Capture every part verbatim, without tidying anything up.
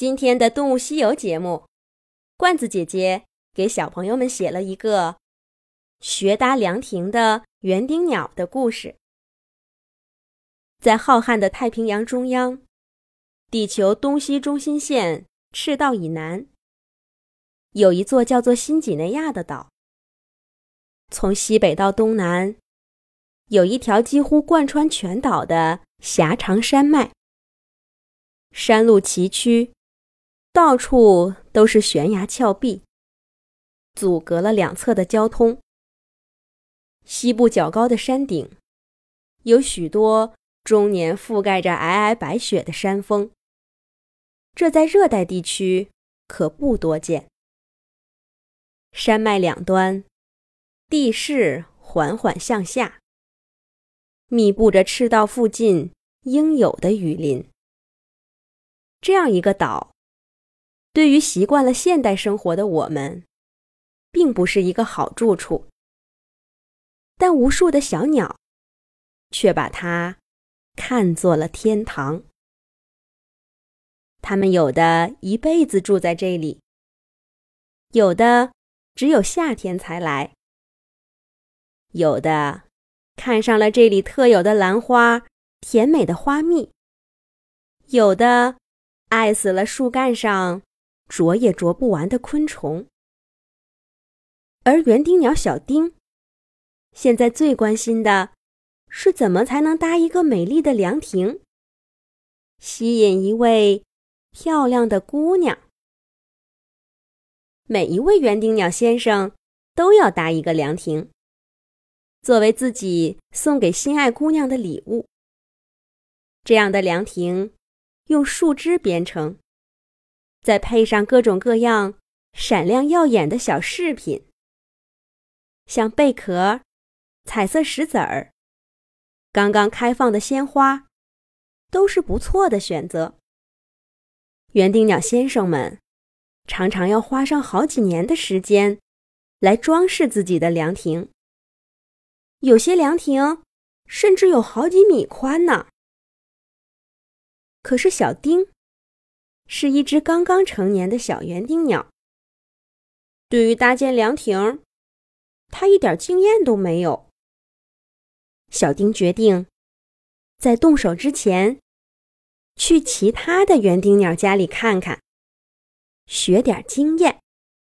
今天的动物西游节目，罐子姐姐给小朋友们写了一个学搭凉亭的园丁鸟的故事。在浩瀚的太平洋中央，地球东西中心线赤道以南，有一座叫做新几内亚的岛。从西北到东南，有一条几乎贯穿全岛的狭长山脉，山路崎岖，到处都是悬崖峭壁，阻隔了两侧的交通。西部较高的山顶，有许多终年覆盖着皑皑白雪的山峰，这在热带地区可不多见。山脉两端，地势缓缓向下，密布着赤道附近应有的雨林。这样一个岛，对于习惯了现代生活的我们，并不是一个好住处，但无数的小鸟却把它看作了天堂。它们有的一辈子住在这里，有的只有夏天才来，有的看上了这里特有的兰花、甜美的花蜜，有的爱死了树干上啄也啄不完的昆虫。而园丁鸟小丁现在最关心的是怎么才能搭一个美丽的凉亭，吸引一位漂亮的姑娘。每一位园丁鸟先生都要搭一个凉亭，作为自己送给心爱姑娘的礼物。这样的凉亭用树枝编成，再配上各种各样闪亮耀眼的小饰品，像贝壳、彩色石子儿、刚刚开放的鲜花，都是不错的选择。园丁鸟先生们常常要花上好几年的时间来装饰自己的凉亭，有些凉亭甚至有好几米宽呢。可是小丁是一只刚刚成年的小园丁鸟，对于搭建凉亭，他一点经验都没有。小丁决定在动手之前，去其他的园丁鸟家里看看，学点经验。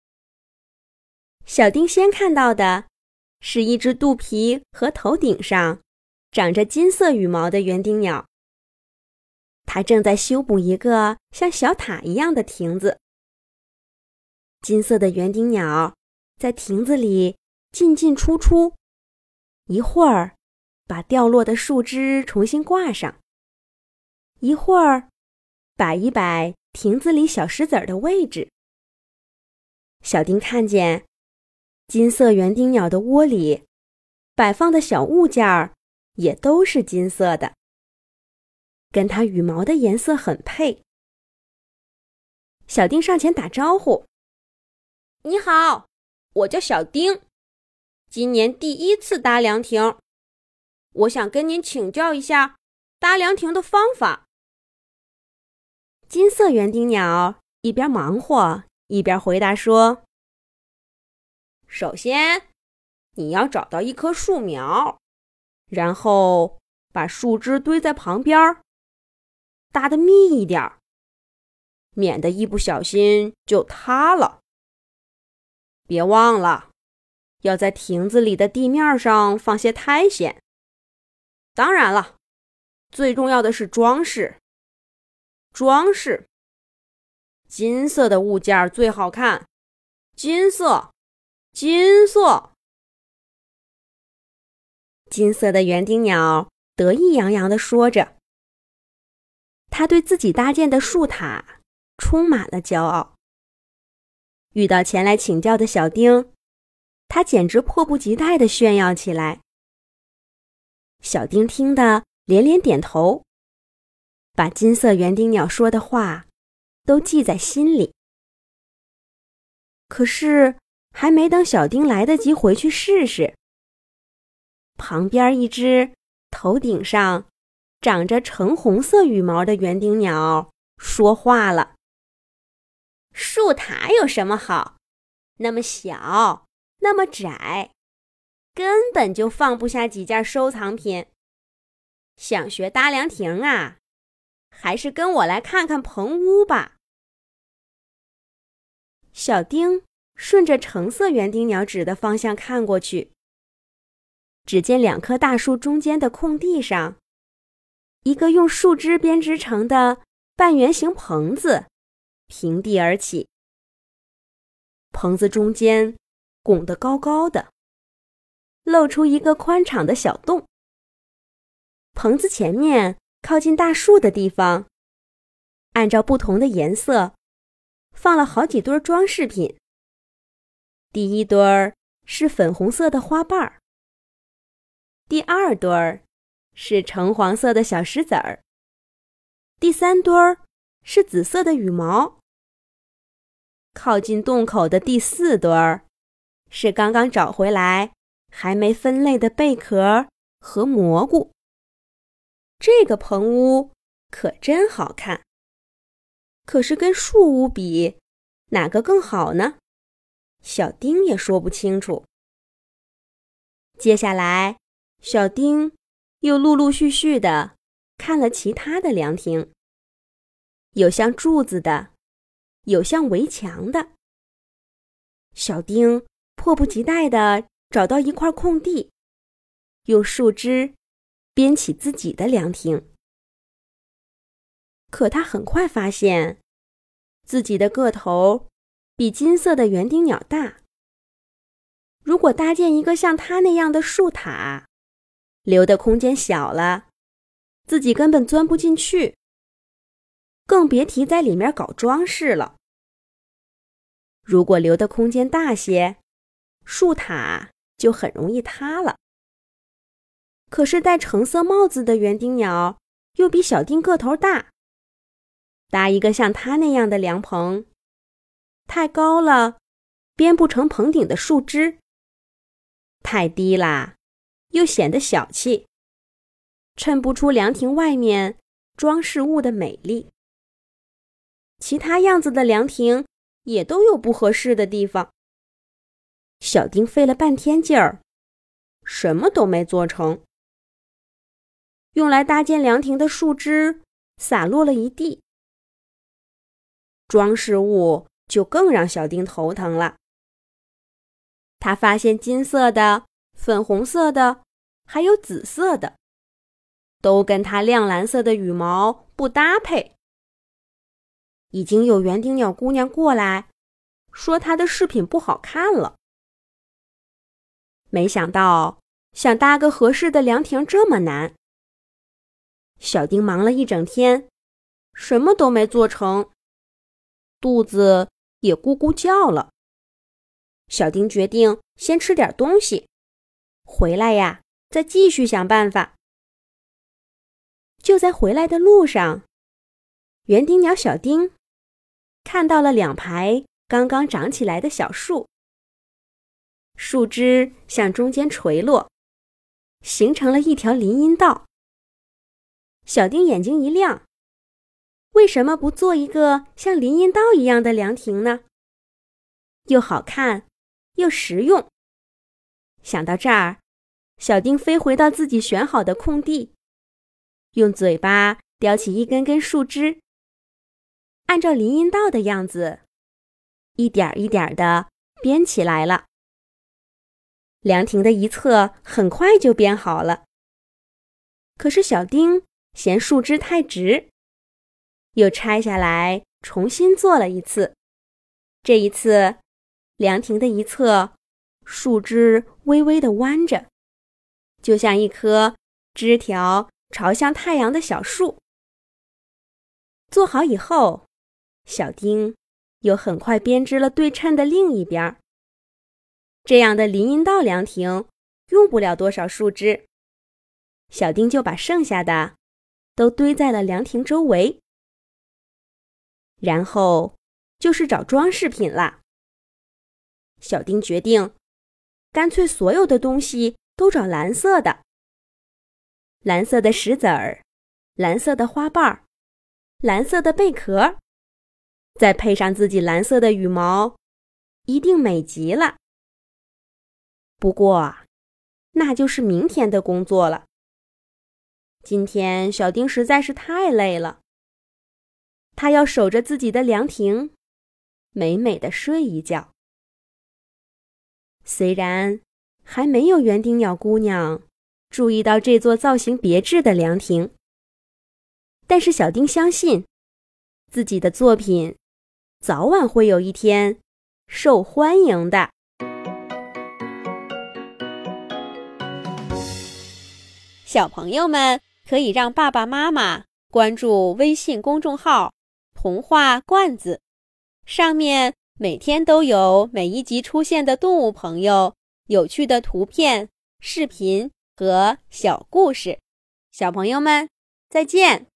小丁先看到的是一只肚皮和头顶上长着金色羽毛的园丁鸟，它正在修补一个像小塔一样的亭子。金色的园丁鸟在亭子里进进出出，一会儿把掉落的树枝重新挂上，一会儿摆一摆亭子里小石子儿的位置。小丁看见金色园丁鸟的窝里摆放的小物件儿也都是金色的，跟它羽毛的颜色很配。小丁上前打招呼：“你好，我叫小丁，今年第一次搭凉亭，我想跟您请教一下搭凉亭的方法。”金色园丁鸟一边忙活一边回答说：“首先，你要找到一棵树苗，然后把树枝堆在旁边，搭得密一点，免得一不小心就塌了。别忘了，要在亭子里的地面上放些苔藓。当然了，最重要的是装饰。装饰，金色的物件最好看，金色，金色。”金色的园丁鸟得意洋洋地说着，他对自己搭建的树塔充满了骄傲。遇到前来请教的小丁，他简直迫不及待地炫耀起来。小丁听得连连点头，把金色园丁鸟说的话都记在心里。可是还没等小丁来得及回去试试，旁边一只头顶上长着橙红色羽毛的园丁鸟说话了：“ 树塔有什么好？那么小，那么窄，根本就放不下几件收藏品。想学搭凉亭啊？还是跟我来看看棚屋吧。小丁顺着橙色园丁鸟指的方向看过去，只见两棵大树中间的空地上，一个用树枝编织成的半圆形棚子平地而起。棚子中间拱得高高的，露出一个宽敞的小洞。棚子前面靠近大树的地方，按照不同的颜色放了好几堆装饰品。第一堆儿是粉红色的花瓣儿，第二堆儿是橙黄色的小石子儿，第三堆儿是紫色的羽毛。靠近洞口的第四堆儿是刚刚找回来还没分类的贝壳和蘑菇。这个棚屋可真好看，可是跟树屋比，哪个更好呢？小丁也说不清楚。接下来，小丁又陆陆续续地看了其他的凉亭，有像柱子的，有像围墙的。小丁迫不及待地找到一块空地，用树枝编起自己的凉亭。可他很快发现，自己的个头比金色的园丁鸟大。如果搭建一个像他那样的树塔，留的空间小了，自己根本钻不进去，更别提在里面搞装饰了。如果留的空间大些，树塔就很容易塌了。可是戴橙色帽子的园丁鸟又比小丁个头大，搭一个像他那样的凉棚，太高了，编不成棚顶的树枝；太低啦，又显得小气，衬不出凉亭外面装饰物的美丽。其他样子的凉亭也都有不合适的地方。小丁费了半天劲儿，什么都没做成。用来搭建凉亭的树枝洒落了一地，装饰物就更让小丁头疼了。他发现金色的、粉红色的，还有紫色的，都跟他亮蓝色的羽毛不搭配。已经有园丁鸟姑娘过来，说他的饰品不好看了。没想到，想搭个合适的凉亭这么难。小丁忙了一整天，什么都没做成，肚子也咕咕叫了。小丁决定先吃点东西，回来呀，再继续想办法。就在回来的路上，园丁鸟小丁看到了两排刚刚长起来的小树，树枝向中间垂落，形成了一条林荫道。小丁眼睛一亮，为什么不做一个像林荫道一样的凉亭呢？又好看，又实用。想到这儿，小丁飞回到自己选好的空地，用嘴巴叼起一根根树枝，按照林荫道的样子，一点一点地编起来了。凉亭的一侧很快就编好了。可是小丁嫌树枝太直，又拆下来重新做了一次。这一次，凉亭的一侧树枝微微地弯着，就像一棵枝条朝向太阳的小树。做好以后，小丁又很快编织了对称的另一边。这样的林荫道凉亭用不了多少树枝，小丁就把剩下的都堆在了凉亭周围。然后就是找装饰品啦。小丁决定，干脆所有的东西都找蓝色的。蓝色的石子儿，蓝色的花瓣，蓝色的贝壳， 再配上自己蓝色的羽毛，一定美极了。不过，那就是明天的工作了。今天小丁实在是太累了，他要守着自己的凉亭，美美的睡一觉。虽然还没有园丁鸟姑娘注意到这座造型别致的凉亭，但是小丁相信，自己的作品早晚会有一天受欢迎的。小朋友们可以让爸爸妈妈关注微信公众号童话罐子，上面每天都有每一集出现的动物朋友、有趣的图片、视频和小故事。小朋友们，再见。